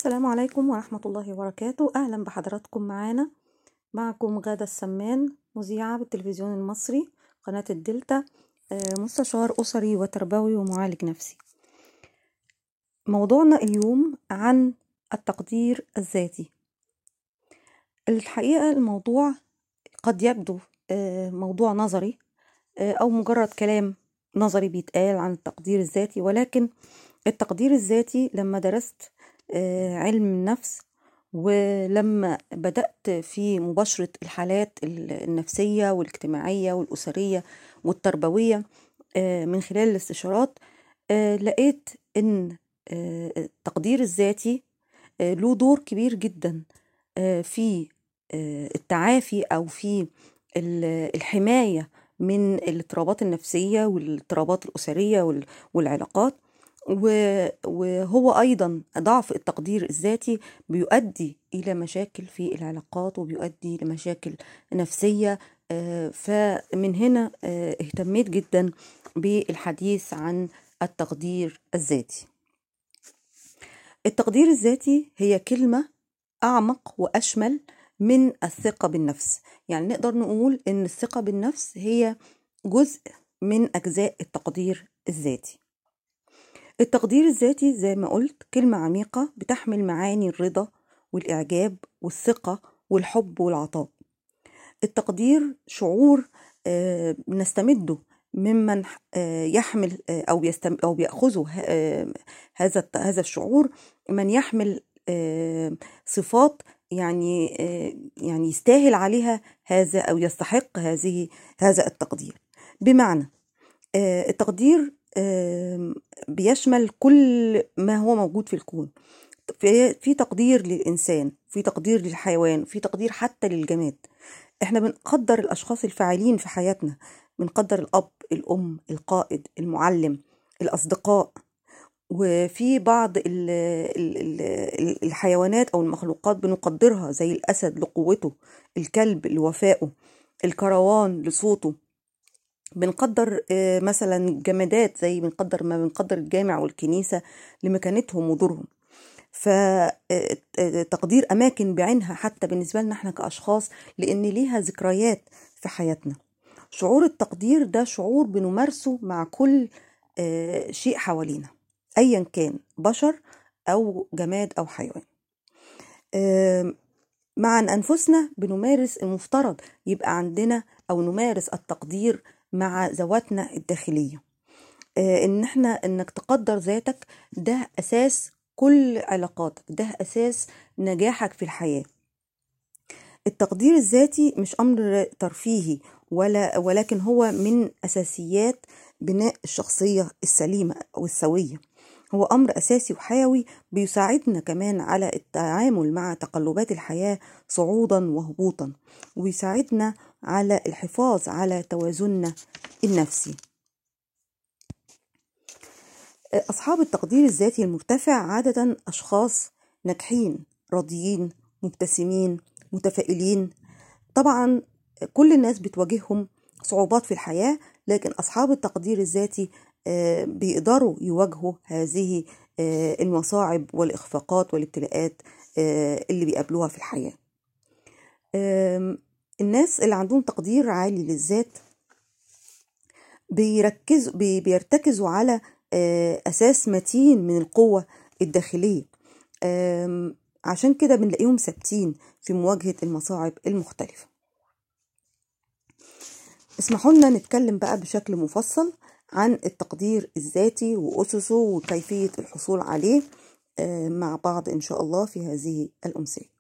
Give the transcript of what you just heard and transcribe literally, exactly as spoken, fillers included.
السلام عليكم ورحمة الله وبركاته. أهلا بحضراتكم معانا. معكم غادة السمان، مذيعة بالتلفزيون المصري قناة الدلتا، مستشار أسري وتربوي ومعالج نفسي. موضوعنا اليوم عن التقدير الذاتي. الحقيقة الموضوع قد يبدو موضوع نظري أو مجرد كلام نظري بيتقال عن التقدير الذاتي، ولكن التقدير الذاتي لما درست علم النفس ولما بدأت في مباشرة الحالات النفسية والاجتماعية والأسرية والتربوية من خلال الاستشارات، لقيت أن التقدير الذاتي له دور كبير جدا في التعافي أو في الحماية من الاضطرابات النفسية والاضطرابات الأسرية والعلاقات. وهو أيضا ضعف التقدير الذاتي بيؤدي إلى مشاكل في العلاقات وبيؤدي لمشاكل نفسية. فمن هنا اهتميت جدا بالحديث عن التقدير الذاتي. التقدير الذاتي هي كلمة أعمق وأشمل من الثقة بالنفس، يعني نقدر نقول إن الثقة بالنفس هي جزء من أجزاء التقدير الذاتي. التقدير الذاتي زي ما قلت كلمة عميقة بتحمل معاني الرضا والإعجاب والثقة والحب والعطاء. التقدير شعور نستمده ممن يحمل أو يستم أو بيأخذه هذا هذا الشعور من يحمل صفات يعني يعني يستاهل عليها هذا أو يستحق هذه هذا التقدير. بمعنى التقدير بيشمل كل ما هو موجود في الكون. في تقدير للإنسان، في تقدير للحيوان، في تقدير حتى للجماد. احنا بنقدر الأشخاص الفاعلين في حياتنا، بنقدر الأب، الأم، القائد، المعلم، الأصدقاء. وفي بعض الحيوانات أو المخلوقات بنقدرها زي الأسد لقوته، الكلب لوفائه، الكروان لصوته. بنقدر مثلا جمادات زي بنقدر ما بنقدر الجامع والكنيسة لمكانتهم ودورهم. فتقدير أماكن بعينها حتى بالنسبة لنا احنا كأشخاص لأن ليها ذكريات في حياتنا. شعور التقدير ده شعور بنمارسه مع كل شيء حوالينا أيا كان بشر أو جماد أو حيوان. مع أنفسنا بنمارس المفترض يبقى عندنا أو نمارس التقدير مع ذواتنا الداخلية. إن احنا إنك تقدر ذاتك ده أساس كل علاقاتك، ده أساس نجاحك في الحياة. التقدير الذاتي مش أمر ترفيهي ولا ولكن هو من أساسيات بناء الشخصية السليمة أو السوية. هو أمر أساسي وحيوي بيساعدنا كمان على التعامل مع تقلبات الحياة صعودا وهبوطا، ويساعدنا على الحفاظ على توازننا النفسي. أصحاب التقدير الذاتي المرتفع عادة أشخاص ناجحين، راضيين، مبتسمين، متفائلين. طبعا كل الناس بتواجههم صعوبات في الحياة، لكن أصحاب التقدير الذاتي بيقدروا يواجهوا هذه المصاعب والإخفاقات والابتلاءات اللي بيقابلوها في الحياة. الناس اللي عندهم تقدير عالي للذات بيركزوا بيرتكزوا على أساس متين من القوة الداخلية، عشان كده بنلاقيهم ثابتين في مواجهة المصاعب المختلفة. اسمحوا لنا نتكلم بقى بشكل مفصل عن التقدير الذاتي وأسسه وكيفية الحصول عليه مع بعض إن شاء الله في هذه الأمثلة.